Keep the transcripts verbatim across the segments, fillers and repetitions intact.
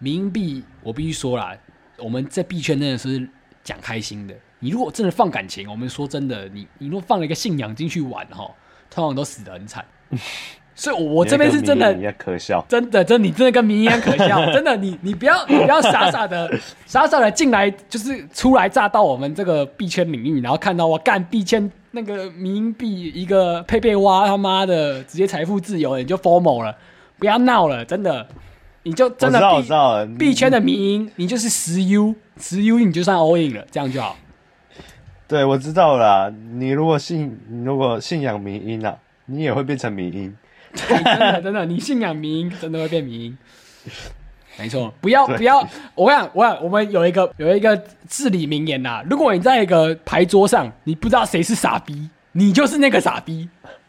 民营币我必须说啦，我们在币圈真的是讲开心的。你如果真的放感情，我们说真的，你你如果放了一个信仰进去玩哈，通常都死得很惨。所以我这边是真的， 你可笑， 真的，真的，你真的跟民一样可笑，真的，你你不要你不要傻傻的傻傻的进来，就是初来乍到我们这个币圈领域，然后看到我干币圈那个民营币一个佩佩蛙他妈的直接财富自由，你就 formal 了，不要闹了，真的。你就真的币圈的民营，你就是十 U 十 U 你就算 all in 了，这样就好。 对，我知道啦。你如果信，你如果信仰民营啊，你也会变成民营。 对，真的真的，你信仰民营，真的会变民营。没错，不要不要，我跟你讲，我跟你讲我们有一个有一个至理名言呐，如果你在一个牌桌上，你不知道谁是傻逼，你就是那个傻逼。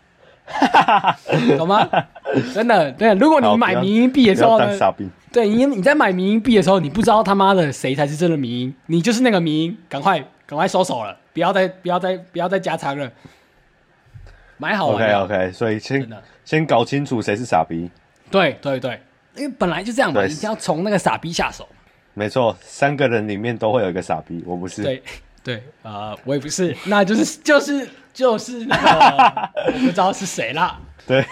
懂吗？真的，对。如果你买民营币的时候呢，对你你在买民营币的时候，你不知道他妈的谁才是真的民营，你就是那个民营，赶快赶快收手了，不要再不要再不要再加仓了，买好玩的。 OK OK， 所以先先搞清楚谁是傻逼。 对对对，因为本来就这样嘛，一定要从那个傻逼下手。 没错，三个人里面都会有一个傻逼，我不是。 对对啊、呃，我也不是，那就是就是就是那个我不知道是谁啦。 对。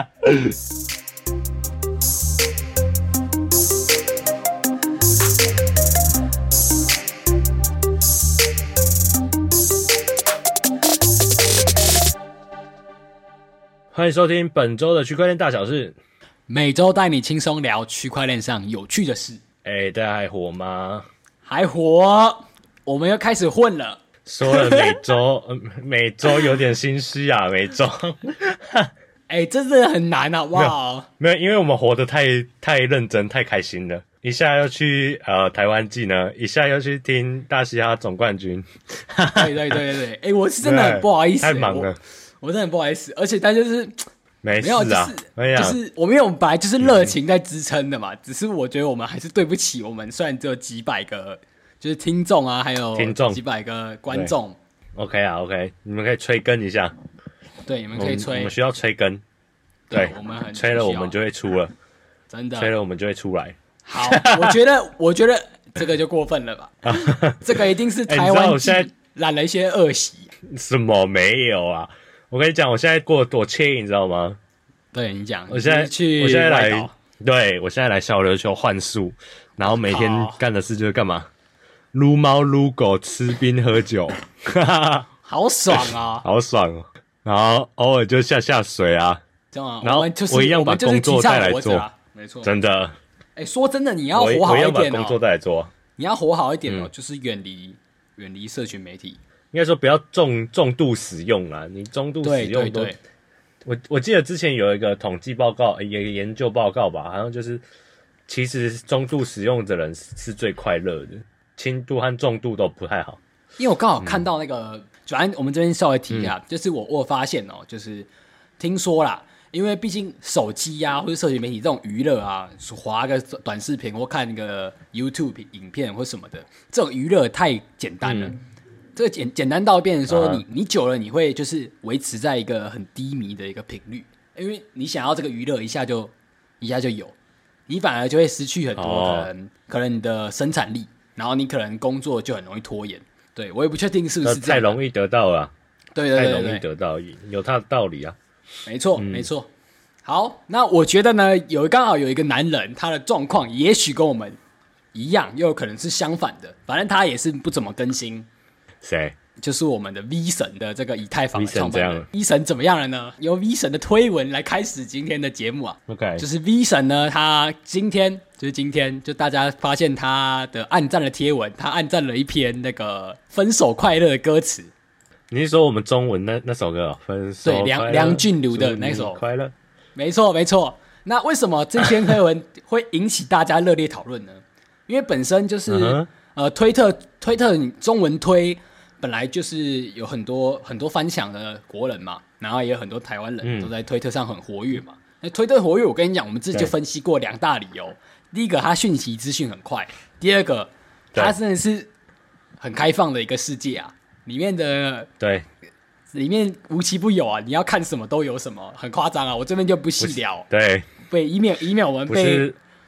欢迎收听本周的区块链大小事， 每周带你轻松聊区块链上有趣的事。 哎，大家还活吗？ 还活，我们又开始混了。 说了每周、呃、每周有点心虚啊，每周。 哎、欸，这真的很难啊！哇， 没有，没有，因为我们活得太太认真、太开心了。一下要去呃台湾季呢，一下又去听大嘻哈总冠军。 对对对对对，哎、欸，我是真的很不好意思， 太忙了我，我真的很不好意思，而且他就是没事啊， 没有，就是哎呀， 就是我们因为我们本来就是热情在支撑的嘛，嗯、只是我觉得我们还是对不起我们，虽然只有几百个就是听众啊，还有听众几百个观众。 OK 啊 ，OK， 你们可以催更一下。 对，你们可以催， 我们需要催更。对， 我们很催了，我们就会出了。 真的， 催了，我们就会出来。 好，我觉得，我觉得这个就过分了吧？这个一定是台湾现在染了一些恶习。 什么没有啊？我跟你讲，我现在过多惬意，你知道吗？ 对你讲， 我现在去， 我现在来，对我现在来小琉球换宿，然后每天干的事就是干嘛？撸猫撸狗，吃冰喝酒， 好爽啊！ 好爽哦！然后偶尔就下下水啊， 这样啊， 然后我, 就是、 我一样把工作带来做， 啊、没错， 真的。 哎、欸，说真的，你要活好一点哦。 我一样把工作带来做， 你要活好一点哦， 嗯、 就是远离远离社群媒体。 应该说不要重重度使用啦，你中度使用都。 对对对， 我我记得之前有一个统计报告，一个研究报告吧，好像就是其实中度使用的人是最快乐的，轻度和重度都不太好。 因为我刚好看到那个，反正、嗯、我们这边稍微提一下， 嗯、 就是我我发现哦，就是听说啦，因为毕竟手机啊或者社群媒体这种娱乐啊，滑个短视频或看个 YouTube 影片或什么的，这种娱乐太简单了。嗯这个简简单到变成说你，你、uh huh. 你久了你会就是维持在一个很低迷的一个频率，因为你想要这个娱乐一下就一下就有，你反而就会失去很多可能、oh. 可能你的生产力，然后你可能工作就很容易拖延。对我也不确定是不是这样， 太容易得到了， 对对对对， 太容易得到，有它的道理啊。 没错、嗯、没错。好，那我觉得呢，有刚好有一个男人，他的状况也许跟我们一样，又有可能是相反的，反正他也是不怎么更新。 谁？ 就是我们的 V 神的这个以太坊的创办人。 V 神怎么样了呢？由 V 神的推文来开始今天的节目啊。 OK， 就是 V 神呢，他今天就是今天就大家发现他的按赞的贴文，他按赞了一篇那个分手快乐的歌词。 你是说我们中文那那首歌、哦、分手快乐？ 对，梁梁俊儒的那首快乐。 没错没错。那为什么这篇推文会引起大家热烈讨论呢？因为本身就是、uh-huh. 呃推特推特中文推。本来就是有很多很多翻墙的国人嘛，然后也有很多台湾人都在推特上很活跃嘛。那、嗯、推特活跃，我跟你讲，我们自己就分析过两大理由。第一个，它讯息资讯很快；第二个，它真的是很开放的一个世界啊，里面的对， 里面无奇不有啊，你要看什么都有什么，很夸张啊。我这边就不细聊。 对， 被以免以免我们被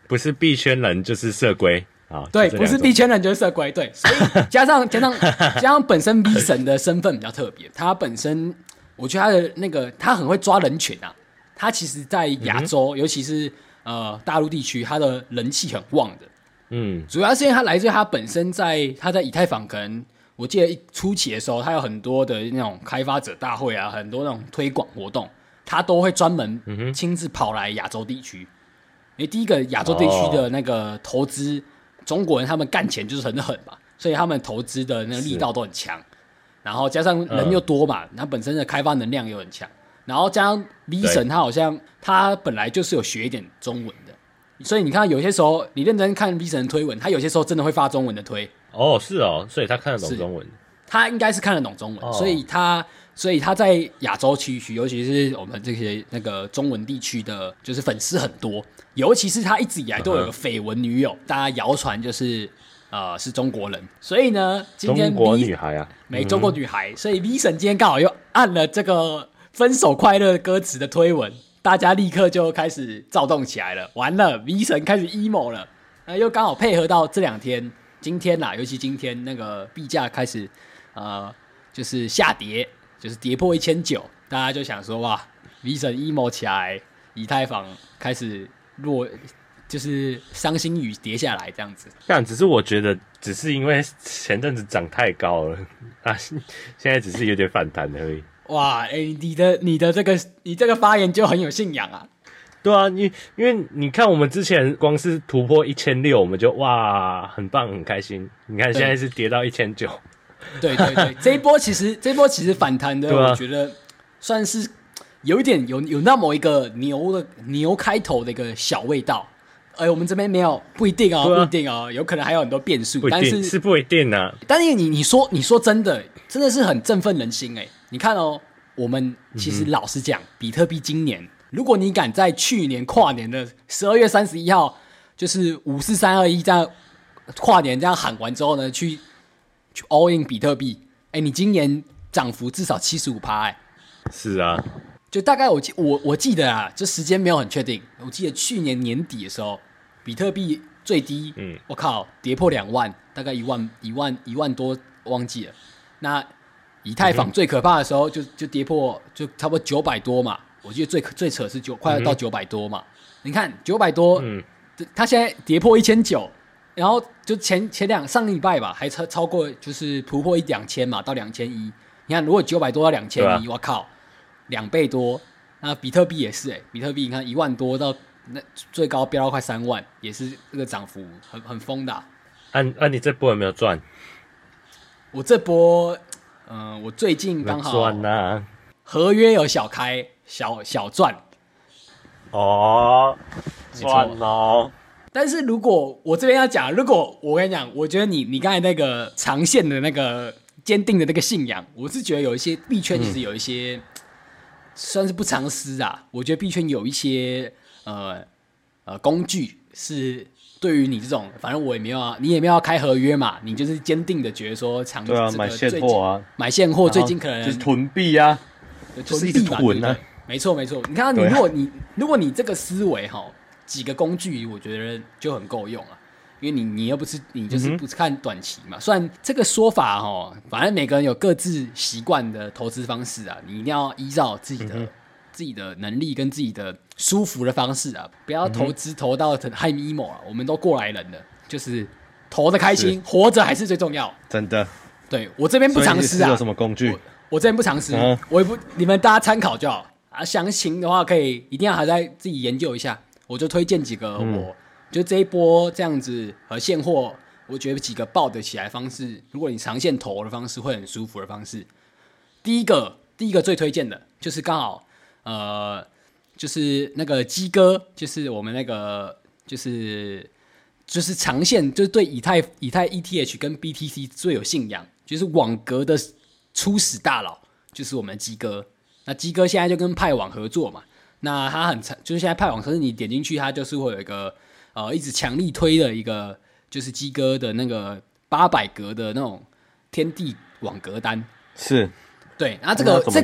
不是币圈人就是社龟啊。 对，不是币圈人就是社龟，对，所以加上加上加上本身 V 神的身份比较特别，他本身我觉得他的那个他很会抓人群啊，他其实在亚洲，嗯、尤其是呃大陆地区，他的人气很旺的。嗯，主要是因为他来自于他本身在他在以太坊，可能我记得初期的时候，他有很多的那种开发者大会啊，很多那种推广活动，他都会专门亲自跑来亚洲地区。因为第一个亚洲地区的那个投资，哦、中国人他们干钱就是很狠嘛，所以他们投资的那个力道都很强。然后加上人又多嘛，他、嗯、本身的开发能量又很强。然后加上 V 神，他好像他本来就是有学一点中文的。所以你看，有些时候你认真看 V 神的推文，他有些时候真的会发中文的推。 哦，是哦，所以他看得懂中文。 他应该是看得懂中文，哦、所以他所以他在亚洲区域，尤其是我们这些那个中文地区的，就是粉丝很多。尤其是他一直以来都有个绯闻女友，嗯、大家谣传就是呃是中国人。所以呢，今天 V, 中国女孩啊， 没中国女孩，嗯、所以 V 神今天刚好又按了这个分手快乐歌词的推文。大家立刻就开始躁动起来了，完了 ，V 神开始 emo 了，那又刚好配合到这两天，今天啦，尤其今天那个币价开始呃就是下跌，就是跌破一千九，大家就想说哇 ，V 神 emo 起来，以太坊开始落，就是伤心雨跌下来这样子。 但只是我觉得，只是因为前陣子涨太高了啊，现在只是有点反弹而已。 哇，哎、欸，你的你的这个你这个发言就很有信仰啊！ 对啊，因因为你看我们之前光是突破一千六，我们就哇很棒很开心。你看现在是跌到一千九， 对对对，这一波其实这一波其实反弹的，我觉得算是有一点有有那么一个牛的牛开头的一个小味道。哎、欸，我们这边没有，不一定哦，啊、不一定哦，有可能还有很多变数，但是是不一定啊。 但是你你说你说真的，真的是很振奋人心哎、欸！你看哦。我们其实老实讲，嗯、比特币今年，如果你敢在去年跨年的十二月三十一号，就是五四三二一这样跨年这样喊完之后呢，去去 all in 比特币，哎，你今年涨幅至少七十五趴，哎， 是啊， 就大概我记我我记得啊，这时间没有很确定，我记得去年年底的时候，比特币最低，嗯，我靠，跌破两万，大概一万一万一万多，忘记了，那。以太坊最可怕的时候就就跌破就差不多九百多嘛，我记得最最扯是九快要到九百多嘛。嗯、你看九百多，嗯，它现在跌破一千九，然后就前前两上礼拜吧，还超超过就是突破一两千嘛，到两千一。你看如果九百多到两千一，我靠，两倍多。那比特币也是哎、欸，比特币你看一万多到那最高飙到快三万，也是这个涨幅很很疯的、啊。 按、啊、按、啊、你这波有没有赚？ 我这波。嗯、呃，我最近刚好赚啊， 合约有小开小小赚哦，赚哦。 但是如果我这边要讲，如果我跟你讲，我觉得你你刚才那个长线的那个坚定的那个信仰，我是觉得有一些币圈其实有一些、嗯、算是不藏私啊。我觉得币圈有一些呃呃工具是。对于你这种，反正我也没有啊，你也没有要开合约嘛，你就是坚定的觉得说长对啊，买现货啊， 买现货最近可能就是囤币啊， 囤币就是一直囤啊， 没错没错。你看你如果你、啊、如果你这个思维哈，几个工具我觉得就很够用啊，因为你你又不是你就是不是看短期嘛。嗯、虽然这个说法哈，反正每个人有各自习惯的投资方式啊，你一定要依照自己的。嗯自己的能力跟自己的舒服的方式啊，不要投资投到太 emo 啊！我们都过来人了，就是投的开心，活着还是最重要。 真的， 对我这边不尝试啊。 有什么工具？ 我, 我这边不尝试，嗯、我也不，你们大家参考就好啊。详情的话，可以一定要还在自己研究一下。我就推荐几个我，我、嗯、就这一波这样子和现货，我觉得几个抱得起来的方式，如果你长线投的方式会很舒服的方式。第一个，第一个最推荐的就是刚好。呃，就是那个鸡哥，就是我们那个，就是就是长线，就是对以太、以太 E T H 跟 B T C 最有信仰，就是网格的初始大佬，就是我们的鸡哥。那鸡哥现在就跟派网合作嘛，那他很长，就是现在派网，可是你点进去，它就是会有一个呃一直强力推的一个，就是鸡哥的那个八百格的那种天地网格单， 是。 对，然后这个这个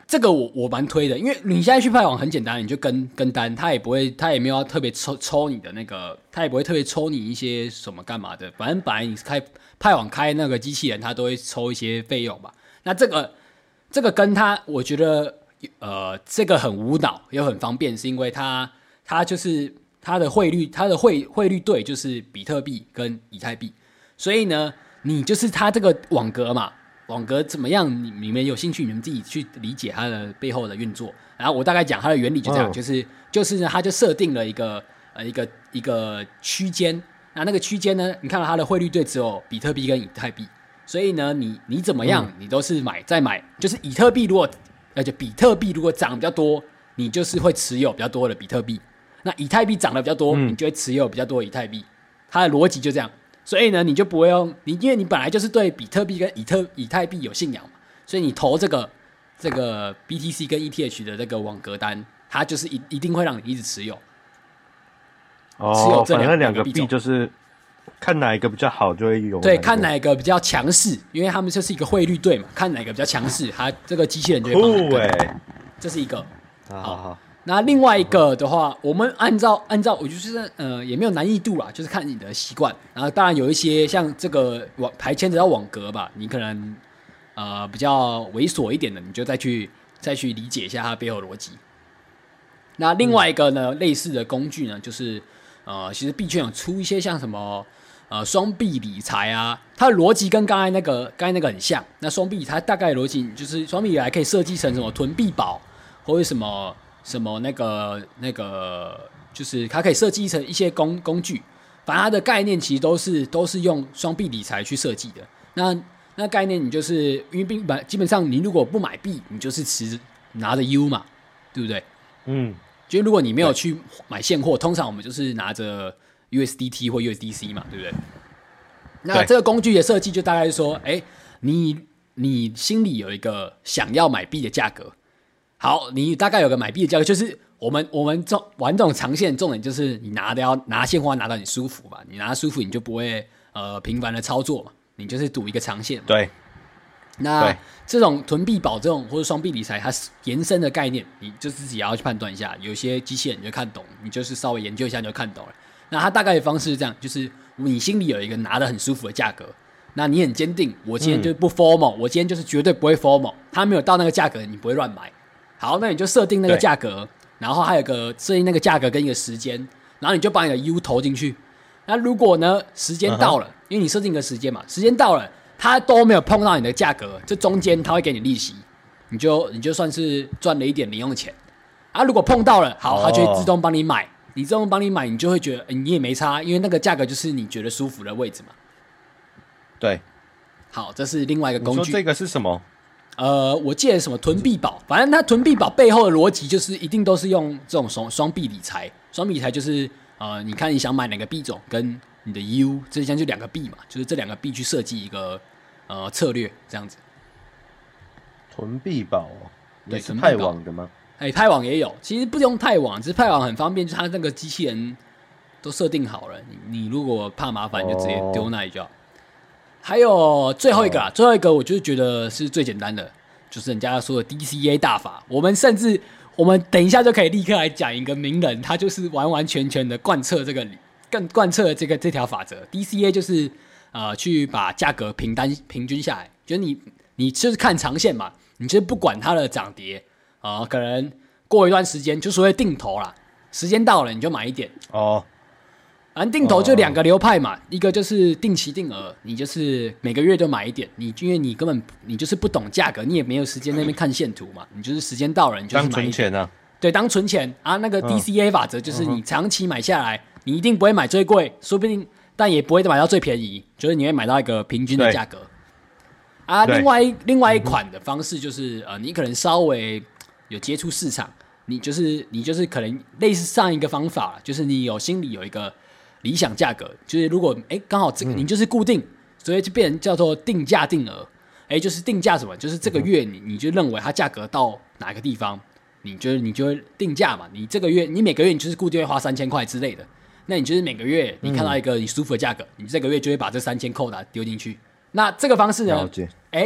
这个我我蛮推的，因为你现在去派网很简单，你就跟跟单，他也不会，他也没有要特别抽抽你的那个，他也不会特别抽你一些什么干嘛的。反正本来你开派网开那个机器人，他都会抽一些费用吧。那这个这个跟他，我觉得呃，这个很无脑又很方便，是因为它它就是它的汇率，它的汇汇率对就是比特币跟以太币，所以呢，你就是它这个网格嘛。网格怎么样？你你们有兴趣，你们自己去理解它的背后的运作。然后我大概讲它的原理就这样，哦、就是就是呢，它就设定了一个呃一个一个区间。那那个区间呢，你看到它的汇率对只有比特币跟以太币，所以呢，你你怎么样，你都是买再买，就是以特币如果而且比特币如果涨比较多，你就是会持有比较多的比特币。那以太币涨得比较多，嗯、你就会持有比较多的以太币。它的逻辑就这样。所以呢，你就不会用你，因为你本来就是对比特币跟以特以太币有信仰嘛，所以你投这个这个 B T C 跟 E T H 的这个网格单，它就是一一定会让你一直持有。 哦，持有这两个币就是看哪一个比较好就会有。 对，看哪一个比较强势，因为他们就是一个汇率对嘛，看哪个比较强势，它这个机器人就会帮你跟。 欸、 这是一个。 好好好。 那另外一个的话，我们按照按照，我就是呃也没有难易度啦，就是看你的习惯。然后当然有一些像这个网还牵扯到网格吧，你可能呃比较猥琐一点的，你就再去再去理解一下它背后逻辑。那另外一个呢，嗯、类似的工具呢，就是呃其实币圈有出一些像什么呃双币理财啊，它的逻辑跟刚才那个刚才那个很像。那双币理财大概的逻辑就是双币理财可以设计成什么囤币宝或者什么。什么那个那个，就是它可以设计成一些工工具，反正它的概念其实都是都是用双币理财去设计的。那那概念你就是因为基本上你如果不买币，你就是持拿着 U 嘛，对不对？ 嗯， 就如果你没有去买现货，通常我们就是拿着 U S D T 或 U S D C 嘛，对不对？那这个工具的设计就大概是说，哎，你你心里有一个想要买币的价格。好，你大概有个买币的价格，就是我们我们这玩这种长线，重点就是你拿的要拿现货拿到你舒服嘛，你拿得舒服，你就不会呃频繁的操作嘛，你就是赌一个长线嘛。 对。 那这种囤币宝这种或者双币理财，它延伸的概念，你就自己也要去判断一下。有些机器人你就看懂，你就是稍微研究一下你就看懂了。那它大概的方式是这样，就是你心里有一个拿得很舒服的价格，那你很坚定，我今天就是不 formal，、嗯、我今天就是绝对不会 formal， 它没有到那个价格，你不会乱买。好，那你就设定那个价格，然后还有个设定那个价格跟一个时间，然后你就把你的 U 投进去。那如果呢时间到了， uh-huh. 因为你设定一个时间嘛，时间到了，它都没有碰到你的价格，这中间它会给你利息，你就你就算是赚了一点零用钱。啊，如果碰到了，好，它就会自动帮你买， oh. 你自动帮你买，你就会觉得、欸、你也没差，因为那个价格就是你觉得舒服的位置嘛。 对， 好，这是另外一个工具。 你说这个是什么？ 呃，我记得什么囤币宝，反正它囤币宝背后的逻辑就是一定都是用这种双双币理财。双币理财就是呃，你看你想买哪个币种，跟你的 U 这相就两个币嘛，就是这两个币去设计一个呃策略这样子。 囤币宝也是派网的吗？ 哎、欸，派网也有，其实不用派网，只是派网很方便，就是它那个机器人都设定好了，你你如果怕麻烦，你就直接丢那里就好。还有最后一个啦， oh. 最后一个我就是觉得是最简单的，就是人家说的 D C A 大法。我们甚至我们等一下就可以立刻来讲一个名人，他就是完完全全的贯彻这个更贯彻这个这条法则。D C A 就是呃去把价格平单平均下来，就是你你就是看长线嘛，你就是不管它的涨跌啊、呃，可能过一段时间就所谓定投啦，时间到了你就买一点哦。Oh. 反正定投就两个流派嘛， oh. 一个就是定期定额，你就是每个月都买一点，你因为你根本你就是不懂价格，你也没有时间那边看线图嘛，你就是时间到了你就是买一点，当存钱啊， 对，当存钱啊。那个 D C A 法则就是你长期买下来，你一定不会买最贵，说不定但也不会买到最便宜，就是你会买到一个平均的价格啊。另外另外一款的方式就是呃，你可能稍微有接触市场，你就是你就是可能类似上一个方法，就是你有心里有一个理想价格，就是如果哎刚好这个你就是固定，所以就变成叫做定价定额。哎，就是定价什么，就是这个月你你就认为它价格到哪个地方，你就你就会定价嘛。你这个月你每个月你就是固定会花三千块之类的，那你就是每个月你看到一个你舒服的价格，你这个月就会把这三千扣打丢进去。那这个方式呢，哎，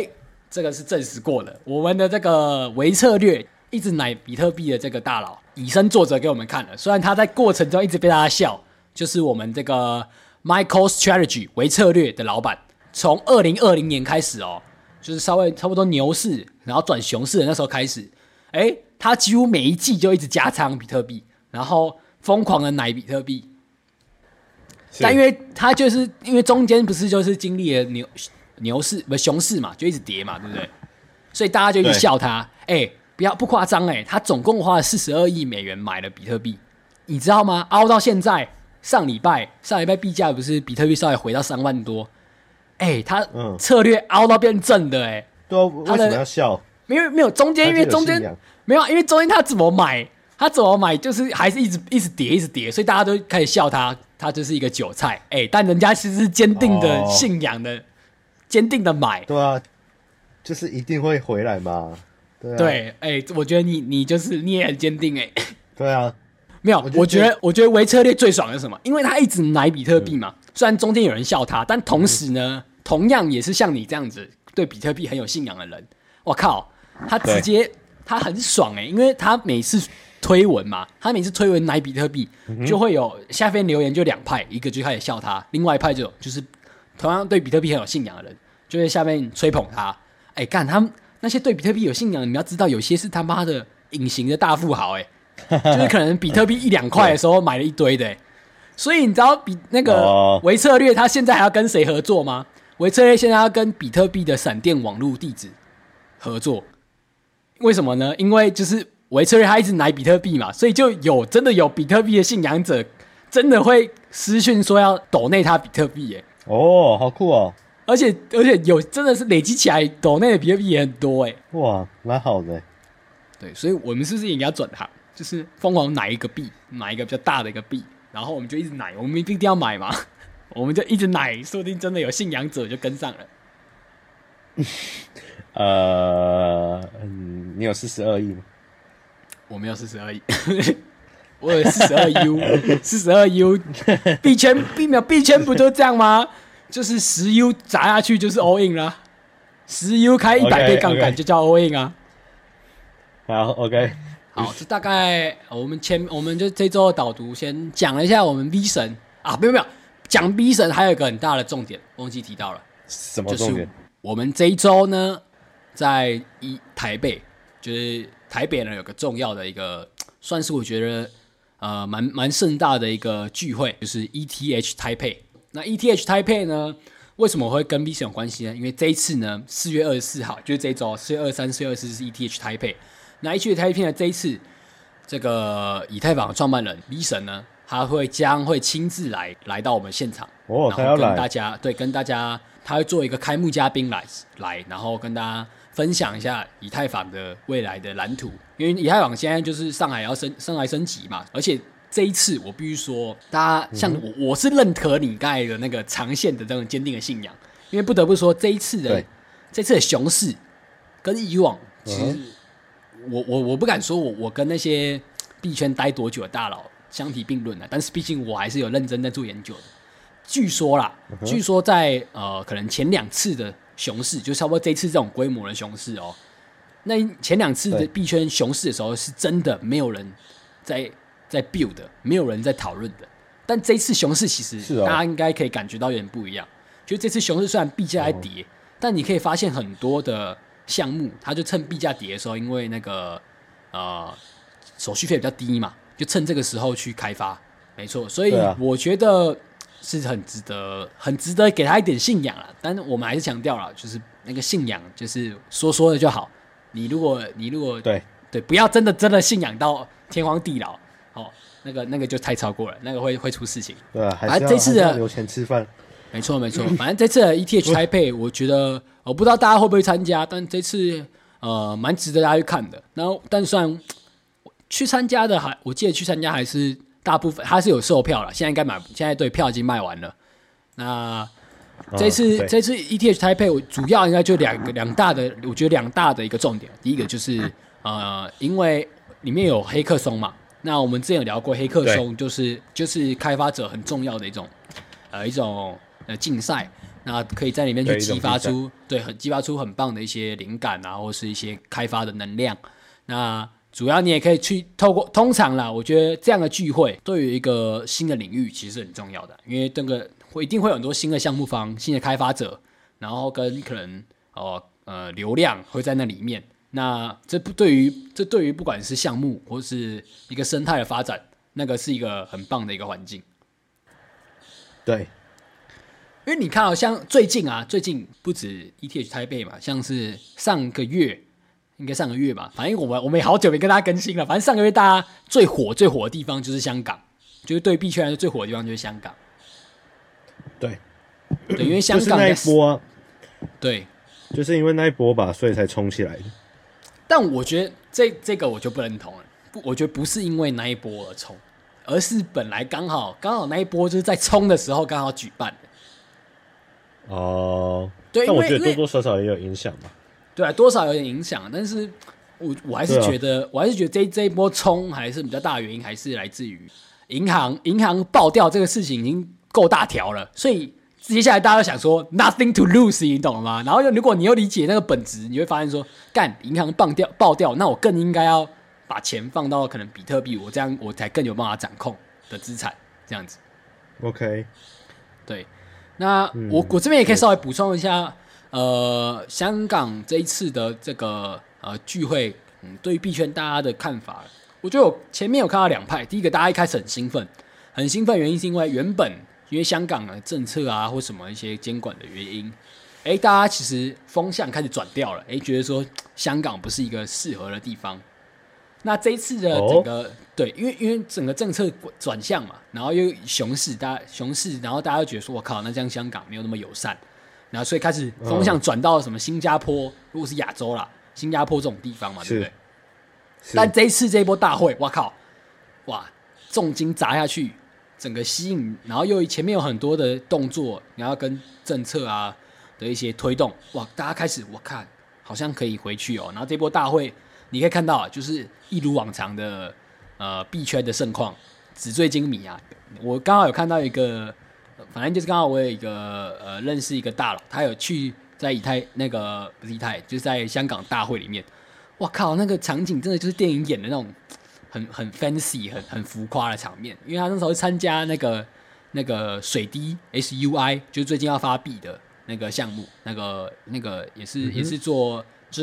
这个是证实过的。我们的这个微策略一直奶比特币的这个大佬以身作则给我们看了，虽然他在过程中一直被大家笑，就是我们这个 MicroStrategy 微策略的老板，从二零二零年开始哦，就是稍微差不多牛市，然后转熊市的那时候开始，哎，他几乎每一季就一直加仓比特币，然后疯狂的奶比特币。但因为他就是因为中间不是就是经历了牛牛市不熊市嘛，就一直跌嘛，对不对？所以大家就一直笑他，哎，不要不夸张哎，他总共花了四十二亿美元买了比特币，你知道吗？凹到现在，上礼拜上礼拜币价不是比特币稍微回到三万多，哎，他策略凹到变正的哎， 对啊，为什么要笑？ 因为没有中间，因为中间没有，因为中间他怎么买，他怎么买就是还是一直一直跌一直跌，所以大家都开始笑他。他就是一个韭菜，哎、欸，但人家其实是坚定的信仰的，坚、oh. 定的买。 对啊，就是一定会回来嘛。对、啊， 对，哎、欸，我觉得你你就是你也很坚定、欸，哎。 对啊， 没有，我觉得我觉得微策略最爽的是什么？因为他一直买比特币嘛，嗯、虽然中间有人笑他，但同时呢，嗯、同样也是像你这样子对比特币很有信仰的人。我靠，他直接他很爽哎、欸，因为他每次。推文嘛，他每次推文奶比特币，嗯、就会有下面留言就两派，一个就开始笑他，另外一派就就是同样对比特币很有信仰的人，就在下面吹捧他。哎、欸，干他们那些对比特币有信仰的，你们要知道，有些是他妈的隐形的大富豪、欸，哎，就是可能比特币一两块的时候买了一堆的、欸，所以你知道比那个微策略他现在还要跟谁合作吗？微策略现在要跟比特币的闪电网络地址合作，为什么呢？因为就是微策略他一直奶比特币嘛，所以就有真的有比特币的信仰者，真的会私讯说要抖内他比特币耶。 哦，好酷哦！ 而且而且有真的是累积起来抖内的比特币也很多哎。 哇，蛮好的。 对，所以我们是不是也要转行，就是疯狂奶一个币，买一个比较大的一个币，然后我们就一直奶，我们一定要买嘛，我们就一直奶，说不定真的有信仰者就跟上了。 呃，嗯，你有四十二亿吗？ 我没有四十二亿，我有四十二 U， 四十二 U， 币圈币秒币圈不就这样吗？就是十 U 砸下去就是 all in 啦，十 U 开一百倍杠杆就叫 all in 啊。 好 ，OK， 好，这大概我们前我们就这周的导读先讲了一下我们 V 神啊，没有没有讲 V 神，还有一个很大的重点忘记提到了， 什么重点？就是我们这一周呢，在一台北，就是台北呢有个重要的一个，算是我觉得呃蛮蛮盛大的一个聚会，就是 E T H Taipei。那 E T H Taipei 呢，为什么会跟 V 神有关系呢？因为这一次呢，四月二十四号，就是这一周，四月二十三、四月二十四是 E T H Taipei。那 E T H Taipei 呢，这一次这个以太坊的创办人 V 神呢，他会将会亲自来来到我们现场， 哦， 然后跟大家对跟大家，他会做一个开幕嘉宾来来，然后跟大家分享一下以太坊的未来的蓝图。因为以太坊现在就是上海要升升来升级嘛，而且这一次我必须说，大家像我，嗯、我是认可你刚才的那个长线的这种坚定的信仰，因为不得不说这一次的这次的熊市跟以往其实。嗯我我我不敢说我我跟那些币圈待多久的大佬相提并论了，但是毕竟我还是有认真在做研究的。据说啦，嗯、据说在呃可能前两次的熊市，就差不多这次这种规模的熊市哦，那前两次的币圈熊市的时候，是真的没有人在在 build 的，没有人在讨论的。但这次熊市其实大家应该可以感觉到有点不一样。就这次熊市虽然币价在跌，哦、但你可以发现很多的项目，他就趁币价跌的时候，因为那个呃手续费比较低嘛，就趁这个时候去开发，没错。所以我觉得是很值得，很值得给他一点信仰啦。但是我们还是强调了，就是那个信仰，就是说说的就好。你如果你如果对对，不要真的真的信仰到天荒地老，哦，那个那个就太超过了，那个会会出事情。 对啊，还是要这次的留钱吃饭。 没错没错，反正这次的 E T H Taipei， 我觉得我不知道大家会不会参加，但这次呃蛮值得大家去看的。然后，但算去参加的还，我记得去参加还是大部分他是有售票了，现在应该买，现在对票已经卖完了。那这次、哦、这次 E T H Taipei 主要应该就两个两大的，我觉得两大的一个重点，第一个就是呃，因为里面有黑客松嘛，那我们之前有聊过黑客松，就是就是开发者很重要的一种呃一种。呃，竞赛， 那可以在里面去对激发出对很激发出很棒的一些灵感啊，或是一些开发的能量。那主要你也可以去透过，通常啦，我觉得这样的聚会对于一个新的领域其实是很重要的，因为这个会一定会有很多新的项目方、新的开发者，然后跟可能哦呃流量会在那里面。那这对于这对于不管是项目或是一个生态的发展，那个是一个很棒的一个环境。 对， 因为你看到、哦、像最近啊，最近不止 E T H 台北嘛，像是上个月。应该上个月吧，反正我们我们也好久没跟大家更新了。反正上个月大家最火最火的地方就是香港，就是对币圈来说最火的地方就是香港。 对， 对，因为香港就是那一波啊， 对， 就是因为那一波吧，所以才冲起来的。 但我觉得这这个我就不认同了，不，我觉得不是因为那一波而冲，而是本来刚好刚好那一波就是在冲的时候刚好举办的。 哦， 对， 但我觉得多多少少也有影响吧。 对啊，多少有点影响，但是我我还是觉得，啊、我还是觉得这这一波冲还是比较大的原因，还是来自于银行银行爆掉这个事情已经够大条了，所以接下来大家都想说 nothing to lose， 你懂了吗？然后如果你又理解那个本质，你会发现说，干银行爆掉爆掉，那我更应该要把钱放到可能比特币，我这样我才更有办法掌控的资产，这样子。 OK， 对，那、嗯、我我这边也可以稍微补充一下。呃，香港这一次的这个呃聚会，嗯，对于币圈大家的看法，我觉得我前面有看到两派。第一个，大家一开始很兴奋，很兴奋，原因是因为原本因为香港的政策啊或什么一些监管的原因，哎，大家其实风向开始转掉了，哎，觉得说香港不是一个适合的地方。那这一次的整个、哦、对，因为因为整个政策转向嘛，然后又熊市，大家熊市，然后大家就觉得说，我靠，那这样香港没有那么友善。然后所以开始风向转到什么新加坡，嗯、如果是亚洲啦，新加坡这种地方嘛，对不对？但这一次这一波大会，哇靠，哇，重金砸下去，整个吸引，然后又前面有很多的动作，然后跟政策啊的一些推动，哇，大家开始我看好像可以回去哦。然后这波大会，你可以看到，就是一如往常的呃币圈的盛况，纸醉金迷啊。我刚好有看到一个。反正就是刚好我有一个呃认识一个大佬，他有去在以太那个不是以太，就是在香港大会里面，哇靠，那个场景真的就是电影演的那种很很 fancy 很很浮夸的场面。因为他那时候参加那个那个水滴 S U I， 就是最近要发币的那个项目，那个那个也是、嗯、也是做就是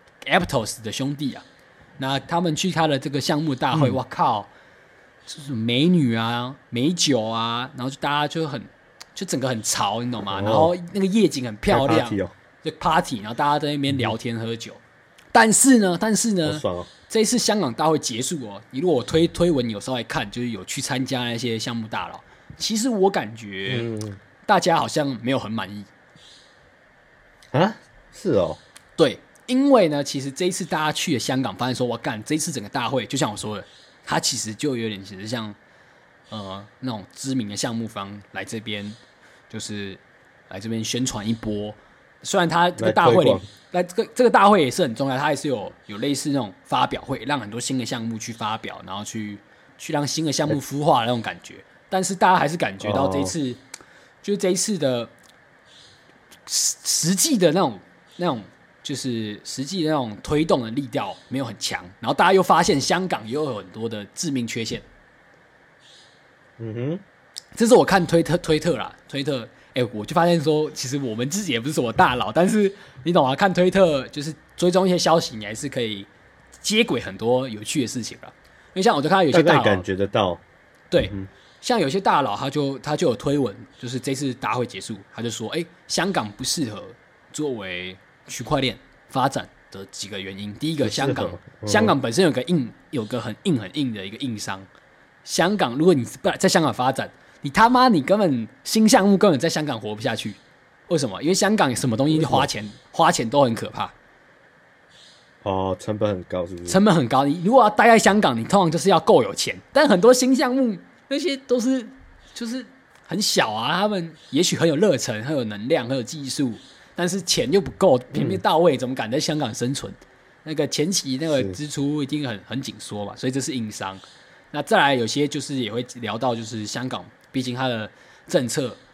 Aptos 的兄弟啊，那他们去他的这个项目大会，哇、嗯、靠！就是美女啊、美酒啊，然后就大家就很，就整个很潮，你懂吗？哦、然后那个夜景很漂亮， party 哦、就 party， 然后大家在那边聊天喝酒。嗯、但是呢，但是呢，哦、这一次香港大会结束哦，你如果我推推文有稍微看，就是有去参加那些项目大佬，其实我感觉、嗯、大家好像没有很满意啊。是哦， 对，因为呢，其实这一次大家去了香港，发现说，我干，这一次整个大会，就像我说的。它其实就有点其实像，呃，那种知名的项目方来这边，就是来这边宣传一波。虽然它这个大会里，来这个这个大会也是很重要，它也是有有类似那种发表会，让很多新的项目去发表，然后去去让新的项目孵化的那种感觉。但是大家还是感觉到这一次，哦、就是这一次的实实际的那种那种。就是实际的那种推动的力道没有很强，然后大家又发现香港又有很多的致命缺陷。 嗯哼， 这是我看推特推特啦，推特，哎、欸，我就发现说，其实我们自己也不是什么大佬，但是你懂啊？看推特就是追踪一些消息，你还是可以接轨很多有趣的事情啦。因为像我就看到有些大佬感觉得到， 对，嗯、像有些大佬他就他就有推文，就是这次大会结束，他就说，哎、欸，香港不适合作为区块链发展的几个原因，第一个，香港、嗯、香港本身有个硬，有个很硬很硬的一个硬伤。香港，如果你在香港发展，你他妈你根本新项目根本在香港活不下去。为什么？因为香港什么东西花钱，花钱都很可怕。 哦，成本很高，是不是？ 成本很高。你如果要待在香港，你通常就是要够有钱。但很多新项目那些都是就是很小啊，他们也许很有热忱，很有能量，很有技术。但是钱又不够，偏偏到位，怎么敢在香港生存？那个前期那个支出一定很很紧缩嘛，所以这是硬伤。那再来有些就是也会聊到，就是香港，毕竟它的政策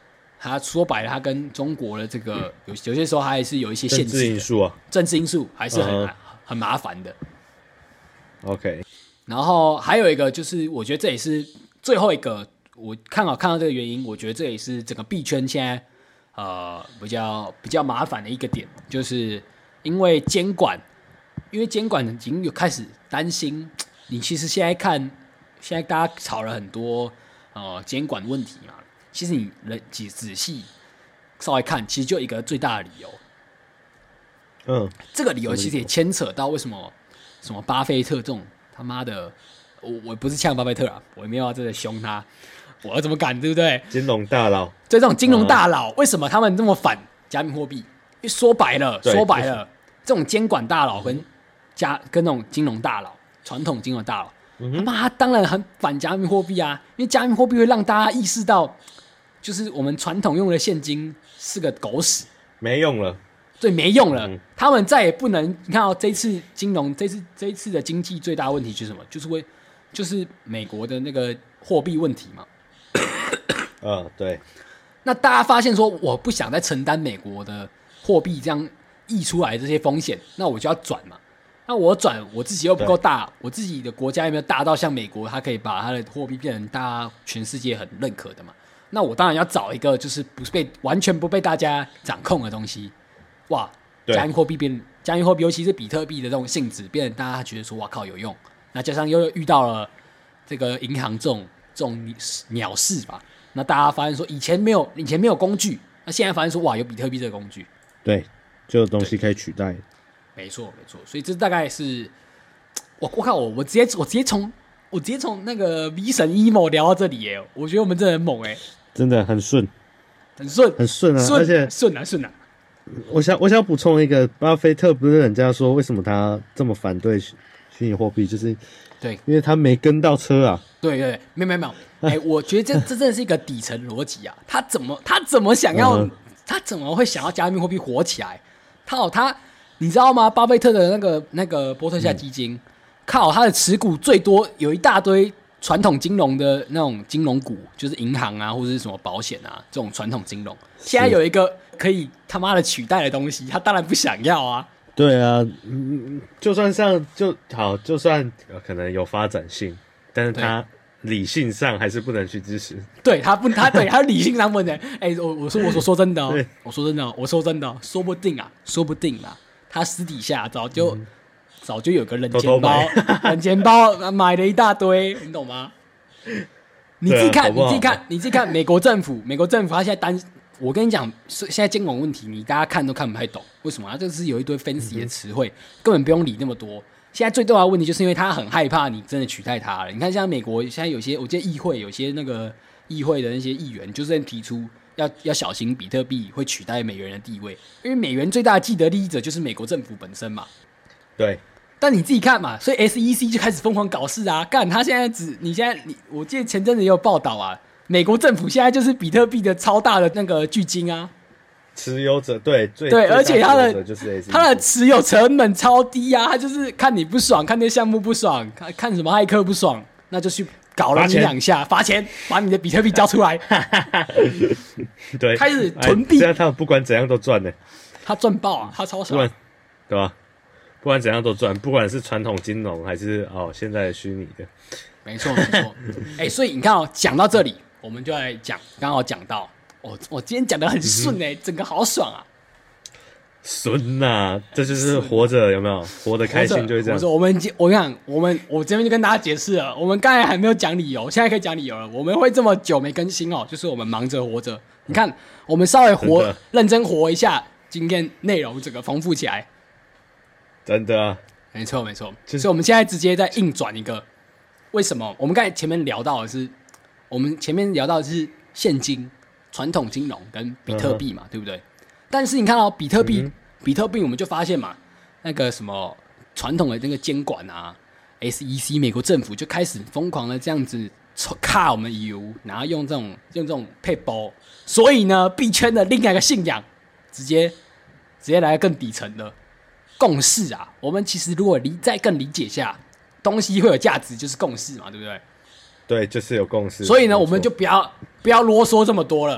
它说白了，它跟中国的这个有有些时候还是有一些限政制的治因素啊。 政治因素还是很、 嗯很麻烦的。 OK， 然后还有一个就是，我觉得这也是最后一个我看好看到这个原因，我觉得这也是整个币圈现在呃比较比较麻烦的一个点，就是因为监管，因为监管已经有开始担心，你其实现在看，现在大家吵了很多呃监管问题嘛，其实你人仔仔细稍微看，其实就一个最大的理由， 嗯， 这个理由其实也牵扯到为什么什么巴菲特这种他妈的，我我不是呛巴菲特啊，我也没有要真的凶他，我怎么敢对不对？ 金融大佬， 就这种金融大佬，为什么他们这么反加密货币？因为说白了， 对说白了，这种监管大佬跟加跟那种金融大佬，传统金融大佬， 嗯他妈他当然很反加密货币啊，因为加密货币会让大家意识到，就是我们传统用的现金是个狗屎。 没用了。 对，没用了， 嗯他们再也不能。你看哦，这一次金融，这次这一次的经济最大问题就是什么？就是为就是美国的那个货币问题嘛。 嗯，对， 那大家发现说，我不想再承担美国的货币这样溢出来的这些风险，那我就要转嘛。那我转，我自己又不够大，我自己的国家有没有大到像美国，它可以把它的货币变成大家全世界很认可的嘛？那我当然要找一个就是不被完全不被大家掌控的东西。哇，加密货币变，加密货币尤其是比特币的这种性质，变成大家觉得说哇靠有用。那加上又遇到了这个银行这种这种鸟事吧，那大家发现说以前没有以前没有工具，那现在发现说哇有比特币这个工具， 对，就有东西可以取代。 没错没错，所以这大概是我我看我我直接我直接从我直接从那个 V 神 emo 聊到这里耶，我觉得我们真的很猛哎， 真的很顺， 很顺很顺啊！ 顺而且顺啊顺啊。 我想我想补充一个，巴菲特不是人家说为什么他这么反对虚虚拟货币，就是对， 因为他没跟到车啊。 对对对，没有没有没有，哎、欸，我觉得这这真的是一个底层逻辑啊！他怎么他怎么想要、嗯、他怎么会想要加密货币火起来？靠他，你知道吗？巴菲特的那个那个波特夏基金，嗯、靠他的持股最多有一大堆传统金融的那种金融股，就是银行啊或者是什么保险啊这种传统金融，现在有一个可以他妈的取代的东西，他当然不想要啊。 对啊， 嗯，就算上就好，就算可能有发展性，但是他理性上还是不能去支持。 对他不，他对他理性上不能。哎、欸，我我说我说说真的哦，我说真的、哦，我说真的、哦，说不定啊，说不定啊，他私底下早就、嗯、早就有个冷钱包，冷钱包买了一大堆，你懂吗？你自己看，啊、你自己看，你自己看，美国政府，美国政府他现在担。我跟你讲，现在监管问题，你大家看都看不太懂，为什么？它这是有一堆 fancy 的词汇，根本不用理那么多。现在最重要的问题就是因为他很害怕你真的取代他了。你看，像美国现在有些，我记得议会有些那个议会的那些议员，就是在提出要要小心比特币会取代美元的地位，因为美元最大的既得利益者就是美国政府本身嘛。 对。 但你自己看嘛，所以 S E C 就开始疯狂搞事啊！干，他现在只你现在你，我记得前阵子也有报道啊。美国政府现在就是比特币的超大的那个巨鲸啊， 持有者对最对，而且他的就是他的持有成本超低啊，他就是看你不爽，看那项目不爽，看看什么骇客不爽，那就去搞了你两下，罚钱，把你的比特币交出来， 对， 开始囤币， 这样他不管怎样都赚呢， 他赚爆啊，他超爽， 对吧？不管怎样都赚，不管是传统金融还是哦现在虚拟的， 没错没错，哎、欸，所以你看哦，讲到这里。我们就来讲，刚好讲到，我我今天讲的很顺哎、欸嗯，整个好爽啊！ 顺呐、啊，这就是活着有没有？活得开心就是这样。 我说我们我跟你讲，我们我这边就跟大家解释了，我们刚才还没有讲理由，现在可以讲理由了。我们会这么久没更新哦，就是我们忙着活着。你看，我们稍微活认真活一下，今天内容整个丰富起来。 真的啊， 没错没错。所以我们现在直接再硬转一个，为什么？我们刚才前面聊到的是。我们前面聊到的是现金、传统金融跟比特币嘛， uh-huh. 对不对？但是你看到、哦、比特币， uh-huh. 比特币我们就发现嘛，那个什么传统的那个监管啊 ，S E C 美国政府就开始疯狂的这样子卡我们油，然后用这种用这种配包，所以呢，币圈的另外一个信仰，直接直接来更底层的共识啊。我们其实如果理再更理解下，东西会有价值，就是共识嘛，对不对？ 对，就是有共识。 所以呢，我们就不要不要啰嗦这么多了。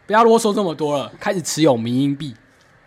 不要啰嗦这么多了，开始持有民营币。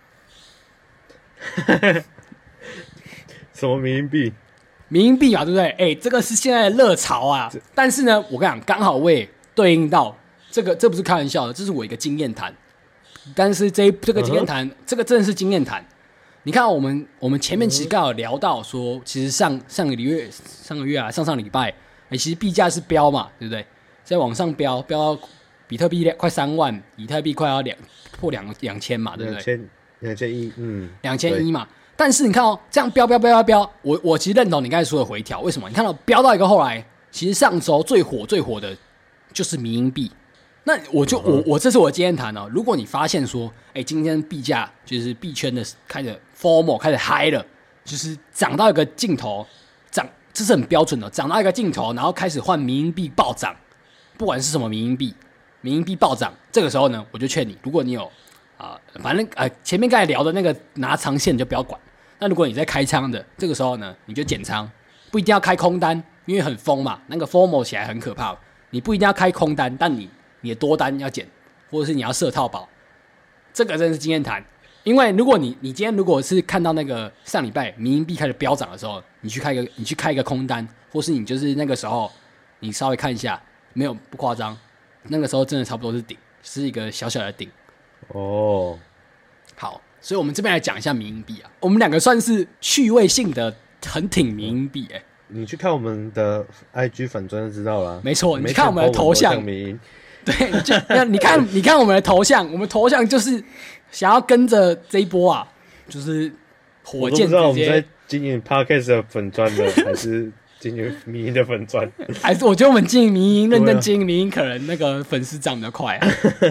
什么民营币？ 民营币嘛，对不对？哎、欸，这个是现在的热潮啊。但是呢，我跟你讲，刚好我也对应到这个，这不是开玩笑的，这是我一个经验谈。但是这一这个经验谈， uh-huh. 这个真的是经验谈。你看，我们我们前面其实刚好聊到说，其实上上个月、上个月啊，上上礼拜，哎、欸，其实币价是飙嘛，对不对？在往上飙，飙到比特币快三万，以太币快要两破两两千嘛，对不对？ 两千两千一，嗯， 两千一嘛。但是你看哦，这样飙飙飙飙飙，我我其实认同你刚才说的回调。为什么？你看到飙到一个后来，其实上周最火最火的就是民营币。那我就、uh-huh. 我我这是我的经验谈哦。如果你发现说，哎，今天币价就是币圈的开始 formal 开始嗨了，就是涨到一个尽头，涨这是很标准的，涨到一个尽头，然后开始换民营币暴涨，不管是什么民营币，民营币暴涨，这个时候呢，我就劝你，如果你有啊、呃，反正呃前面刚才聊的那个拿长线你就不要管。那如果你在开仓的这个时候呢，你就减仓，不一定要开空单，因为很疯嘛，那个 formal 起来很可怕。你不一定要开空单，但你你的多单要减，或者是你要设套保，这个真的是经验谈。因为如果你你今天如果是看到那个上礼拜民营币开始飙涨的时候，你去开一个你去开一个空单，或是你就是那个时候你稍微看一下，没有不夸张，那个时候真的差不多是顶，是一个小小的顶。 哦， 好。所以我们这边来讲一下民营币啊，我们两个算是趣味性的很挺民营币哎。 你去看我们的 I G 粉专就知道了。 没错，你看我们的头像，对，你就你看你看我们的头像，我们头像就是想要跟着这一波啊，就是火箭直接。 我都不知道我们在经营 Podcast 的粉专的，还是经营民营的粉专， 还是我觉得我们经营民营，认真经营民营，可能那个粉丝涨得快啊。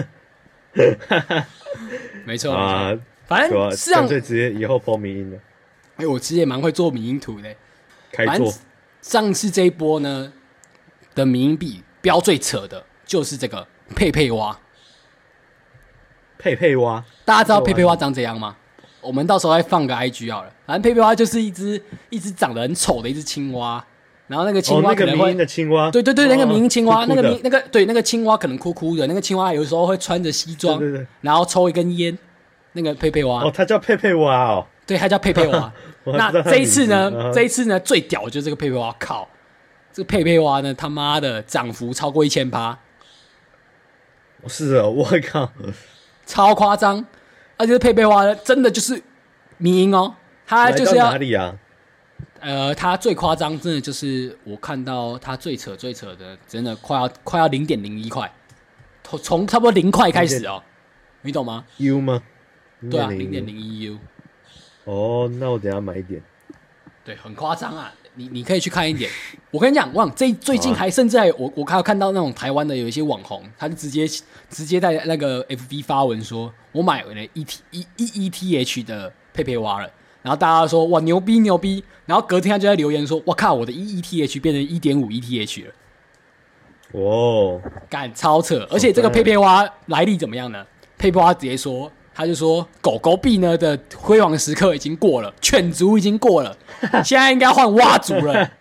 没错啊。反正是干脆直接以后播民音了。 哎、欸，我其实也蛮会做民音图的。 开做。 上次这一波呢的民音币标最扯的就是这个佩佩蛙。 佩佩蛙， 大家知道佩佩蛙长怎样吗？我们到时候再放个 I G 好了。反正佩佩蛙就是一只一只长得很丑的一只青蛙，然后那个青蛙可能会、哦、那个民音的青蛙， 对对对，那个民音青蛙， 哦、 那个民那个对那个青蛙可能哭哭的，那个青蛙有时候会穿着西装， 对对对， 然后抽一根烟。那个佩佩蛙哦，它叫佩佩蛙哦， 对，它叫佩佩蛙。那这一次呢，uh-huh. 这一次呢最屌的就是这个佩佩蛙，靠，这个佩佩蛙呢他妈的涨幅超过一千趴， 是哦，我靠， 超夸张，而且佩佩蛙呢真的就是迷因哦，它就是要哪里啊？ 呃，它最夸张，真的就是我看到它最扯最扯的，真的快要快要零点零一块，从差不多零块开始哦，你懂吗 ？U 吗？ 对啊，零点零一 U。 哦，那我等一下买一点。 对，很夸张啊！你你可以去看一点。我跟你讲，哇，这最近还甚至还我我还有看到那种台湾的有一些网红，他就直接直接在那个 F B 发文说，我买了 E T E E T H 的佩佩蛙了。然后大家说哇牛逼牛逼，然后隔天他就在留言说，我靠，我的 E E T H 变成 一点五 E T H 了。 哦， 干超扯！而且这个佩佩蛙来历怎么样呢？佩佩蛙直接说，他就说狗狗币呢的辉煌时刻已经过了，犬族已经过了，现在应该换蛙族了。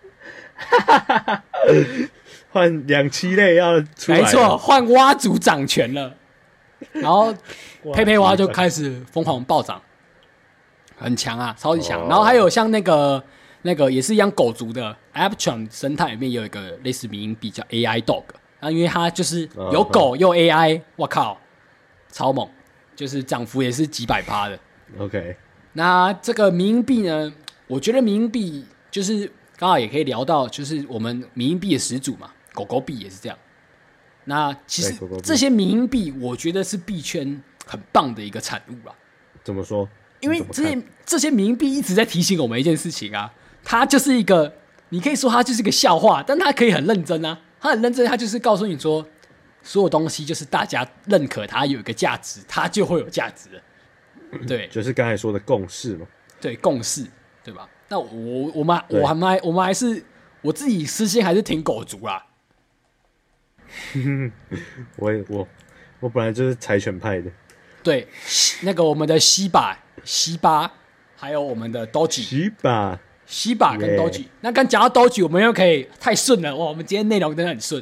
换两栖类要出来了， 没错，换蛙族掌权了。然后佩佩蛙就开始疯狂暴涨，很强啊，超级强。哦、然后还有像那个那个也是一样狗族的 Aptron 生态里面也有一个类似迷因币叫 A I Dog， 然后因为它就是有狗又 A I， 我靠！超猛，就是涨幅也是几百趴的。 OK， 那这个民营币呢？我觉得民营币就是刚好也可以聊到，就是我们民营币的始祖嘛，狗狗币也是这样。那其实这些民营币，我觉得是币圈很棒的一个产物啦。 怎么说？ 因为这些这些民营币一直在提醒我们一件事情啊，它就是一个，你可以说它就是一个笑话，但它可以很认真啊，它很认真，它就是告诉你说。所有东西就是大家认可它有一个价值，它就会有价值了。对， 就是刚才说的共识嘛。 对，共识，对吧？那我我们我们我们还是我自己私心还是挺狗族啦。 我也我我本来就是柴犬派的。 对，那个我们的西巴西巴，还有我们的 Doji 西巴西巴跟 Doji， 那刚讲到 Doji， 我们又可以太顺了哇！我们今天内容真的很顺。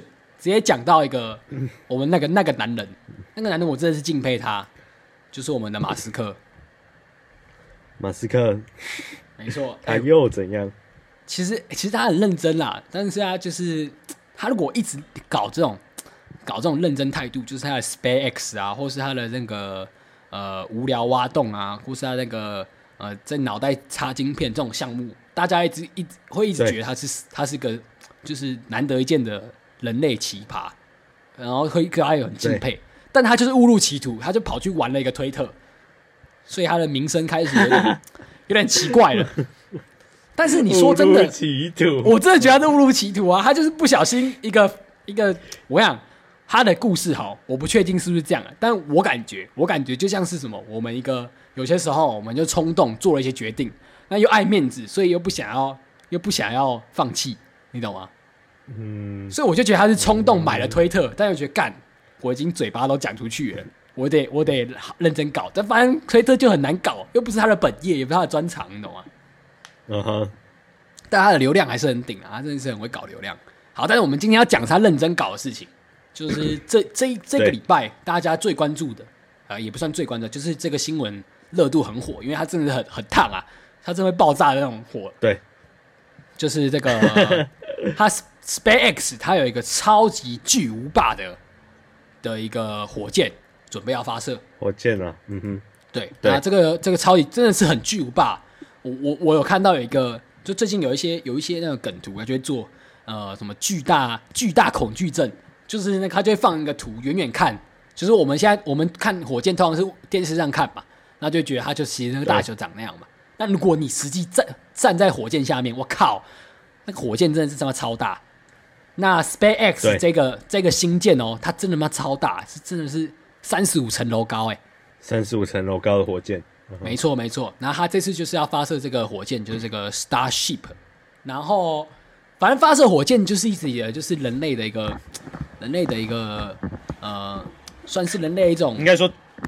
直接讲到一个我们那个那个男人，那个男人我真的是敬佩他，就是我们的马斯克。 马斯克， 没错， 他又怎样？ 其实其实他很认真啦，但是他就是他如果一直搞这种搞这种认真态度，就是他的 SpaceX 啊，或是他的那个呃无聊挖洞啊，或是他那个呃在脑袋插晶片这种项目，大家一直一直会一直觉得他是他是个就是难得一见的人类奇葩，然后会对他有很敬佩，但他就是误入歧途，他就跑去玩了一个推特，所以他的名声开始有点有点奇怪了。但是你说真的，我真的觉得他是误入歧途啊！他就是不小心一个一个，我想他的故事好，我不确定是不是这样，但我感觉，我感觉就像是什么，我们一个有些时候我们就冲动做了一些决定，那又爱面子，所以又不想要，又不想要放弃，你懂吗？嗯，所以我就觉得他是冲动买了推特，嗯、但又觉得干，我已经嘴巴都讲出去了，我得我得认真搞，但发现推特就很难搞，又不是他的本业，也不是他的专长，你懂吗？ 嗯哼， 但他的流量还是很顶啊，他真的是很会搞流量。好，但是我们今天要讲他认真搞的事情，就是这这这个礼拜大家最关注的，呃，也不算最关注，就是这个新闻热度很火，因为它真的很很烫啊，它真的会爆炸的那种火。 对， 就是这个，它 SpaceX 它有一个超级巨无霸的的一个火箭，准备要发射。 火箭啊，嗯哼， 对，那这个这个超级真的是很巨无霸。我我我有看到有一个，就最近有一些有一些那个梗图，他就会做呃什么巨大巨大恐惧症，就是那他就会放一个图，远远看，就是我们现在我们看火箭通常是电视上看嘛，那就觉得它就其实那个大球长那样嘛。那如果你实际站站在火箭下面，我靠，那个火箭真的是他妈超大。那 SpaceX 这个这个星舰哦，它真的妈超大，是真的是三十五层楼高哎、欸， 三十五层楼高的火箭。 没错没错，然后他这次就是要发射这个火箭，就是这个 Starship， 然后反正发射火箭就是一直以来就是人类的一个人类的一个呃，算是人类一种应该说，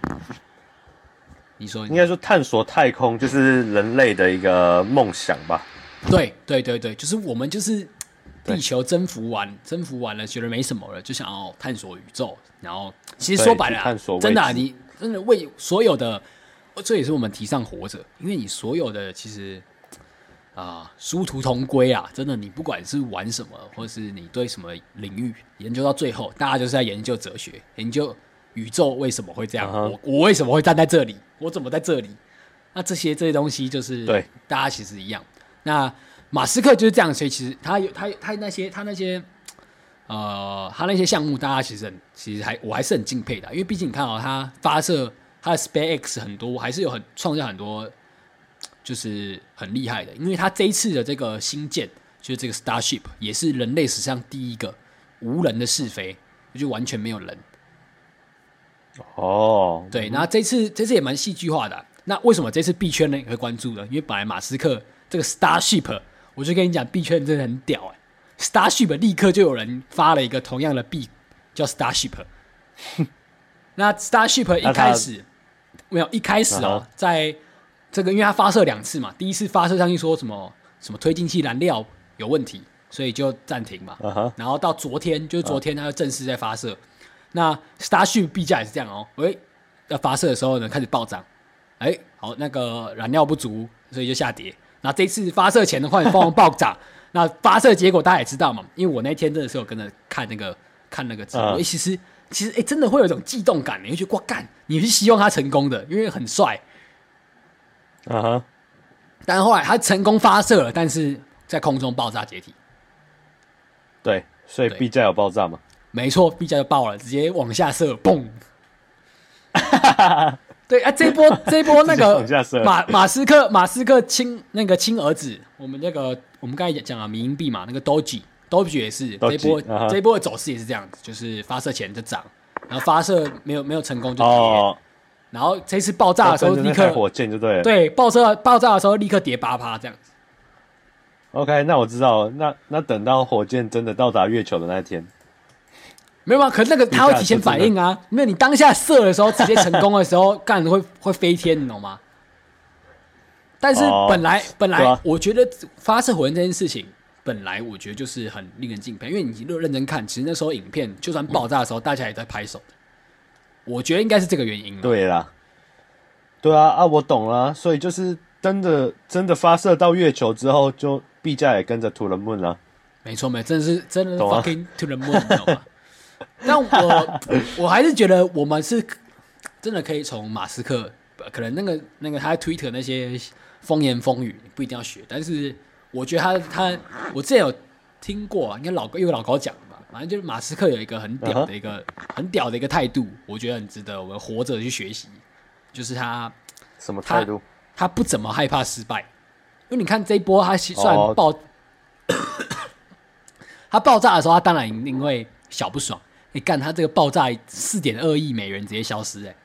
你说应该说探索太空就是人类的一个梦想吧？ 对对对对，就是我们就是地球征服完征服完了，觉得没什么了，就想要探索宇宙，然后其实说白了、啊， 探索真的、啊、你真的为所有的。这也是我们提倡活着，因为你所有的其实啊殊途同归啊，真的，你不管是玩什么，或是你对什么领域研究到最后，大家就是在研究哲学，研究宇宙为什么会这样， uh-huh. 我我为什么会站在这里，我怎么在这里？那这些这些东西就是对大家其实一样。那马斯克就是这样，所以其实他有他他那些他那些呃他那些项目，大家其实很其实还我还是很敬佩的，因为毕竟你看哦，他发射。他的 SpaceX 很多还是有很创下很多，就是很厉害的，因为他这一次的这个星舰，就是这个 Starship， 也是人类史上第一个无人的试飞，就完全没有人。 哦， 对，然后这次这次也蛮戏剧化的、啊。那为什么这次币圈呢也会关注呢？因为本来马斯克这个 Starship， 我就跟你讲，币圈真的很屌哎、欸、，Starship 立刻就有人发了一个同样的币叫 Starship， 那 Starship 一开始。没有，一开始哦， uh-huh. 在这个，因为它发射两次嘛，第一次发射上去说什么什么推进器燃料有问题，所以就暂停嘛。Uh-huh. 然后到昨天，就是昨天它就正式在发射。Uh-huh. 那 Starship 币价也是这样哦，喂，要发射的时候呢，开始暴涨，哎，好，那个燃料不足，所以就下跌。那这次发射前的话，疯狂暴涨。那发射结果大家也知道嘛，因为我那天真的是有跟着看那个看那个直播，哎、uh-huh. ，其实。其实，哎、欸，真的会有一种悸动感，你会觉得哇干，你是希望他成功的，因为很帅， 啊哈。 但是后来他成功发射了，但是在空中爆炸解体。 对，所以币价有爆炸吗？ 没错，币价就爆了，直接往下射，嘣！对啊，这一波这一波那个马马斯克马斯克亲那个亲儿子，我们那个我们刚才讲了迷因币嘛，那个 Doge。Doge 也是这一波、uh-huh. 这一波的走势也是这样子，就是发射前就涨，然后发射没有没有成功就跌， oh. 然后这次爆炸的时候立刻火箭就对了， 对，爆炸爆炸的时候立刻跌八趴这样子。 OK， 那我知道了，那那等到火箭真的到达月球的那一天， 没有啊？可是那个他会提前反应啊，因为你当下射的时候直接成功的时候，干会会飞天，你懂吗？但是本来、oh. 本来我觉得发射火箭这件事情。 本来我觉得就是很令人敬佩，因为你如果认真看，其实那时候影片就算爆炸的时候，大家也在拍手的。我觉得应该是这个原因。 对啦，对啊啊，我懂了，所以就是真的真的发射到月球之后，就币价也跟着 to the moon 了。 没错，没错，真的是真的是懂啊 fucking to the moon，你懂吗？但我我还是觉得我们是真的可以从马斯克，可能那个那个他在 Twitter 那些风言风语，你不一定要学，但是我觉得他他我之前有听过、啊，应该老高有老高讲吧，反正就是马斯克有一个很屌的一个、uh-huh. 很屌的一个态度，我觉得很值得我们活着去学习，就是他什么态度？ 他不怎么害怕失败，因为你看这一波他虽然爆。Oh.他爆炸的时候，他当然因为小不爽。你、欸、干他这个爆炸四点二亿美元直接消失、欸，哎，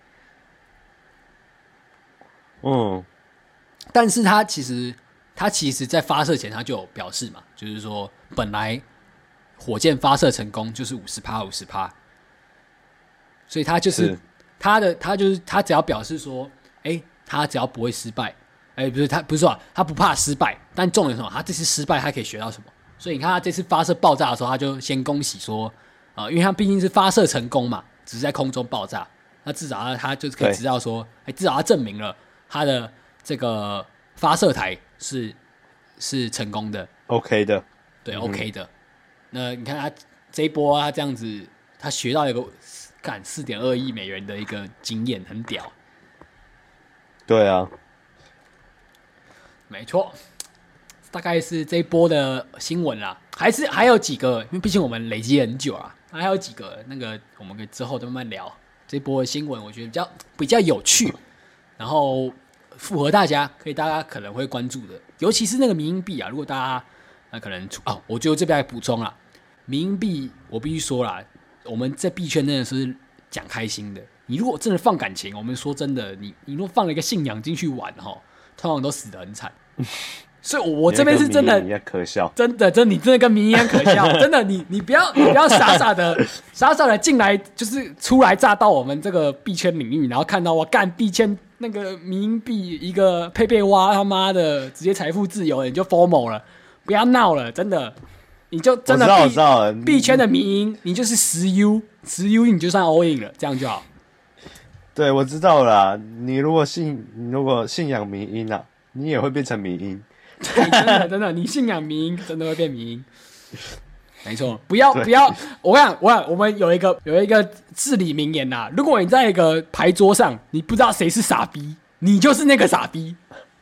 嗯， 但是他其实他其实在发射前他就有表示嘛，就是说本来火箭发射成功就是五十趴五十趴，所以他就是, 是他的他就是他只要表示说，哎、欸，他只要不会失败，哎、欸，不是他不是说、啊、他不怕失败，但重点是什么？他这次失败他可以学到什么？所以你看他这次发射爆炸的时候，他就先恭喜说，呃，因为他毕竟是发射成功嘛，只是在空中爆炸，那至少他他就是可以知道说，哎，至少他证明了他的这个发射台是是成功的 ，OK 的， 对、嗯、，OK 的。那你看他这一波他这样子，他学到一个干四点二亿美元的一个经验，很屌。 对啊， 没错。大概是这一波的新闻啦，还是还有几个，因为毕竟我们累积很久啊，还有几个那个我们可以之后再慢慢聊。这一波的新闻我觉得比较比较有趣，然后符合大家可以大家可能会关注的，尤其是那个民营币啊，如果大家那可能哦，我就这边来补充啦，民营币我必须说啦，我们在币圈真的是讲开心的。你如果真的放感情，我们说真的，你你如果放了一个信仰进去玩哈，通常都死得很惨。所以，我这边是真的， 你可笑， 真的，真的，你真的跟民一样可笑，真的，你你不要，你不要傻傻的，傻傻的进来，就是初来乍到我们这个币圈领域，然后看到我干币圈那个民营币一个佩佩蛙他妈的直接财富自由了，你就 formal 了，不要闹了，真的，你就真的我知道，我知道， 币圈的民营，你就是十 U， 十 U 你就算 all in 了，这样就好。 对，我知道啦。你如果信，你如果信仰民音啊，你也会变成民音。 对，真的真的，你信仰民音，真的会变民音。没错，不要不要，我看我看我们有一个有一个至理名言呐、啊，如果你在一个牌桌上，你不知道谁是傻逼，你就是那个傻逼，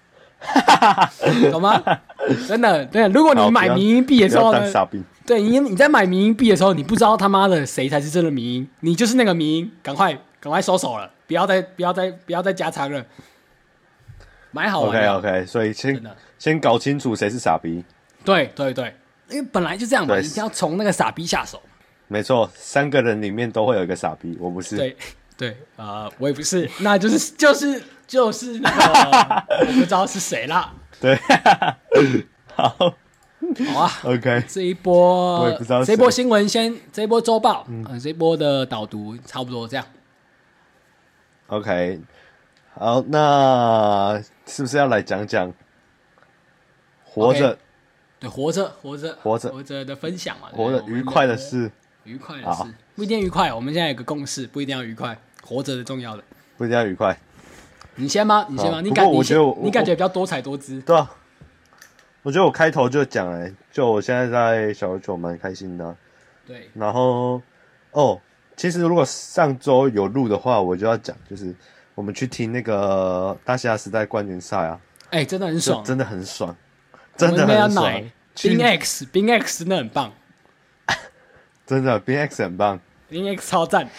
懂吗？真的真的，如果你买民营币的时候呢，对你你在买民营币的时候，你不知道他妈的谁才是真的民营，你就是那个民营，赶快赶快收手了，不要再不要再不要再加仓了，买好玩的。 OK OK， 所以先先搞清楚谁是傻逼。 对对对，因为本来就这样嘛，一定要从那个傻逼下手。 没错，三个人里面都会有一个傻逼，我不是。 对对啊、呃，我也不是，那就是就是就是那个我不知道是谁啦。 对，好， 好啊 ，OK， 这一波我也不知道这一波新闻先，这一波周报，嗯、呃，这一波的导读差不多这样。 OK， 好，那是不是要来讲讲活着？ Okay, 对，活着，活着， 活着， 活着的分享嘛， 活着愉快的事， 愉快的事，不一定愉快。我们现在有个共识，不一定要愉快，活着是重要的， 不一定要愉快。 你先吗？你先吗？你感，我觉得我你感觉比较多彩多姿。 对啊，我觉得我开头就讲哎、欸，就我现在在小琉球蛮开心的、啊。 对， 然后哦，其实如果上周有录的话，我就要讲，就是我们去听那个大西亚时代冠军赛啊， 哎、欸，真的很爽， 真的很爽，真的很爽。 冰 X， 冰 X 真的很棒， 真的冰 X 很棒， 冰 X 超赞。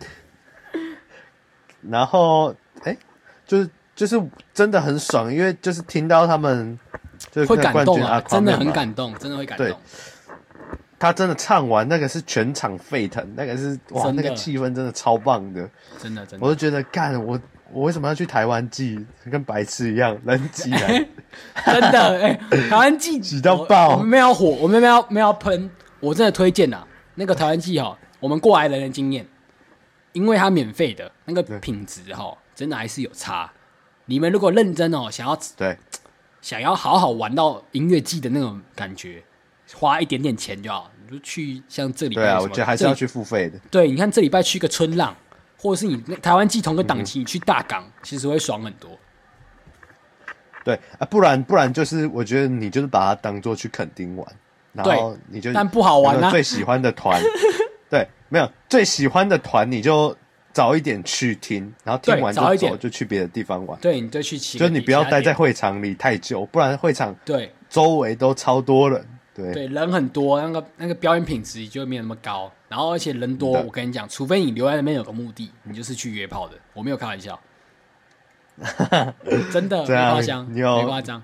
然后哎、欸，就是就是真的很爽，因为就是听到他们就是会感动啊，真的很感动，真的会感动。 他真的唱完那个是全场沸腾，那个是哇，那个气氛真的超棒的， 真的真的。 我就觉得干我我为什么要去台湾记，跟白痴一样人挤来， 真的哎、欸，台湾记挤到爆， 我们没有火，我们没有没有喷，我真的推荐啊，那个台湾记哈，我们过来人的经验，因为它免费的，那个品质哈，真的还是有差。你们如果认真哦，想要对， 想要好好玩到音乐季的那种感觉。 花一点点钱就好，你就去像这礼拜对啊， 什么我觉得还是要去付费的。 对，你看这礼拜去个春浪，或者是你台湾季同个档期，你去大港，其实会爽很多。 对啊，不然不然就是我觉得你就是把它当做去垦丁玩，然后你就但不好玩啊有没有最喜欢的团，对，没有最喜欢的团你就早一点去听，然后听完就走，就去别的地方玩。 对，你就去骑， 就是你不要待在会场里太久，不然会场对周围都超多人。对对，人很多，那个那个表演品质就没有那么高。然后而且人多，我跟你讲，除非你留在那边有个目的，你就是去约炮的。我没有开玩笑，真的没夸张，没夸张。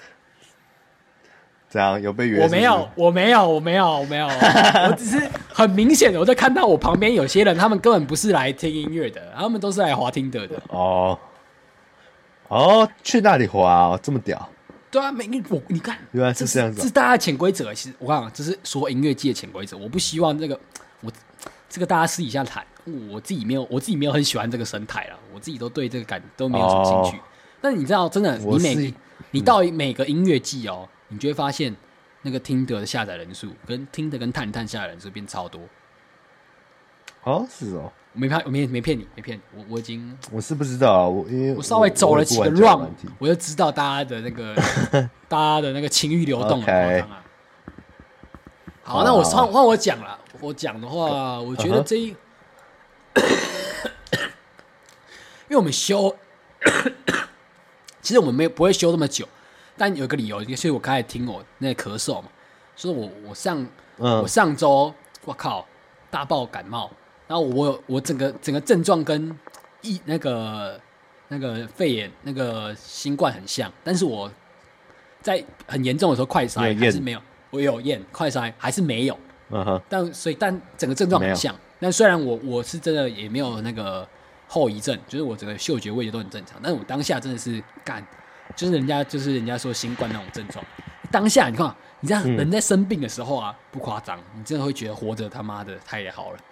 这样有被约是不是？ 我没有，我没有，我没有，我没有，我只是很明显的，我在看到我旁边有些人，他们根本不是来听音乐的，他们都是来滑听的的。 哦哦，去那里滑哦，这么屌。 对啊，每我你看， 原来是这样子、啊， 这是大家的潜规则。其实我讲，这是说音乐界的潜规则。我不希望这个，我这个大家私底下谈，我自己没有，我自己没有很喜欢这个生态啦。我自己都对这个感都没有什么兴趣。哦、但你知道，真的，你每你到每个音乐季哦，你就会发现那个听得的下载人数跟听得跟探探下载人数变超多。 哦，是哦。 我没骗，我没没骗你，没骗你，我我已经， 我是不知道啊，我因为我稍微走了几个 run， 我, 我就知道大家的那个大家的那个情欲流动了。Okay. 好，那我换换我讲了，我讲的话，我觉得这一， uh-huh. 因为我们修，其实我们没有不会修这么久，但有一个理由，所以我开始听我那个咳嗽嘛，所以我我上、uh. 我上周我靠大爆感冒。然后我我整个整个症状跟疫那个那个肺炎那个新冠很像，但是我在很严重的时候快筛还是没有，我有验快筛还是没有，嗯哼，但所以但整个症状很像，但虽然我我是真的也没有那个后遗症，就是我整个嗅觉味觉都很正常，但是我当下真的是干，就是人家就是人家说新冠那种症状，当下你看你这样人在生病的时候啊，不夸张，你真的会觉得活着他妈的太好了。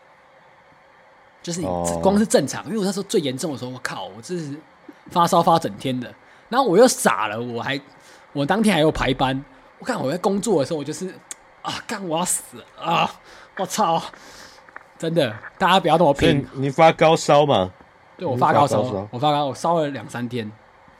就是你光是正常，因为我那时候最严重的时候，我靠，我真是发烧发整天的。然后我又傻了，我还我当天还有排班，我看我在工作的时候，我就是啊，干我要死了啊！我操，真的，大家不要那么拼。 你发高烧嘛？ 对，我发高烧，我发高，我烧了两三天。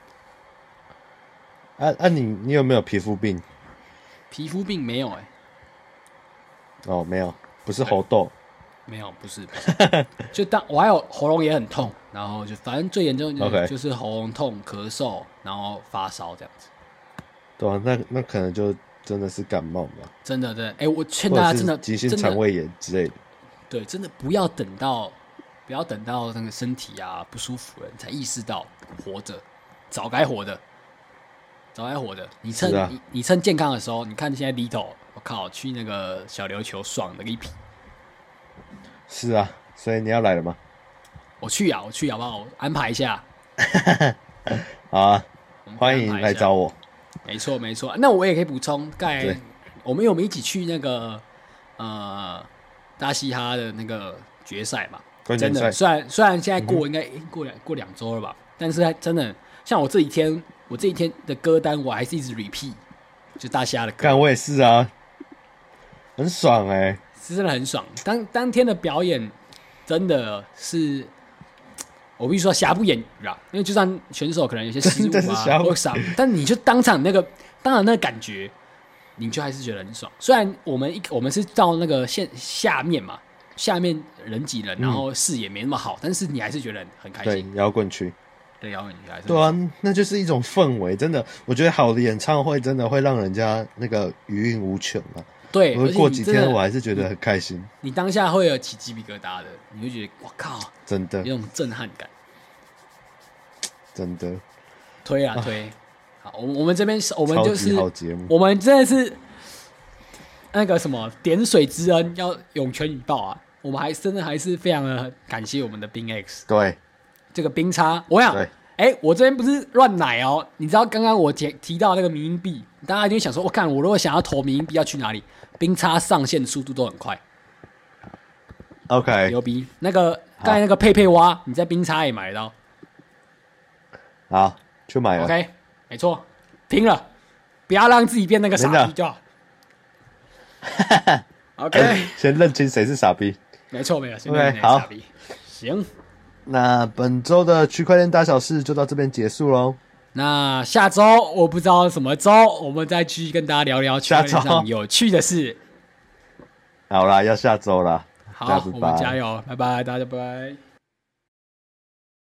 啊啊，你你有没有皮肤病？ 皮肤病没有哎、 欸。哦，没有，不是猴痘。 没有，不是，不是就当我还有喉咙也很痛，然后就反正最严重的就是喉咙痛、咳嗽，然后发烧这样子。 对啊，那那可能就真的是感冒吧。 真的，真的，哎、欸，我劝大家真的急性肠胃炎之类的。 对，真的不要等到不要等到那个身体啊不舒服了，你才意识到活着，早该活的，早该活的。你趁、啊、你你趁健康的时候，你看现在 Lito， 我靠，去那个小琉球爽了一批。 是啊，所以你要来了吗？ 我去啊，我去好不好？我安排一下。 好啊，欢迎来找我。 没错没错，那我也可以补充，刚才我们有我们一起去那个呃大嘻哈的那个决赛嘛，真的，虽然虽然现在过、嗯、应该过两过两周了吧，但是真的像我这几天我这几天的歌单我还是一直 repeat， 就大嘻哈的歌。 干我也是啊，很爽哎、欸。 是真的很爽，当当天的表演真的是，我必须说瑕不掩瑜啦。因为就算选手可能有些失误啊或啥，但你就当场那个当场那个感觉，你就还是觉得很爽。虽然我们一我们是到那个线下面嘛，下面人挤人，然后视野没那么好，嗯、但是你还是觉得很很开心。 对，摇滚区， 对摇滚区还是对啊，那就是一种氛围。真的，我觉得好的演唱会真的会让人家那个余韵无穷啊。 对， 我过几天我还是觉得很开心。 你当下会有起鸡皮疙瘩的，你会觉得我靠， 真的有种震撼感。 真的， 推啊推，好，我我们这边我们就是好节目， 我们真的是那个什么点水之恩要涌泉以报啊！我们还真的还是非常的感谢我们的冰 X。 对， 这个冰叉，我想，哎，我这边不是乱奶哦。你知道刚刚我提提到那个迷因币，大家一定想说，我看我如果想要投迷因币要去哪里？冰叉上线速度都很快。 OK， 牛逼！那个刚才那个佩佩蛙，你在冰叉也买得到。 好，去买了。 OK， 没错，拼了，不要让自己变那个傻逼就好。 OK， 先认清谁是傻逼。 没错没有，先 OK， 认清好傻逼。行， 那本周的区块链大小事就到这边结束喽。 那下周我不知道什么周，我们再继续跟大家聊聊区块链上有趣的事。 好啦，要下周啦， 好，我们加油，拜拜，大家拜拜。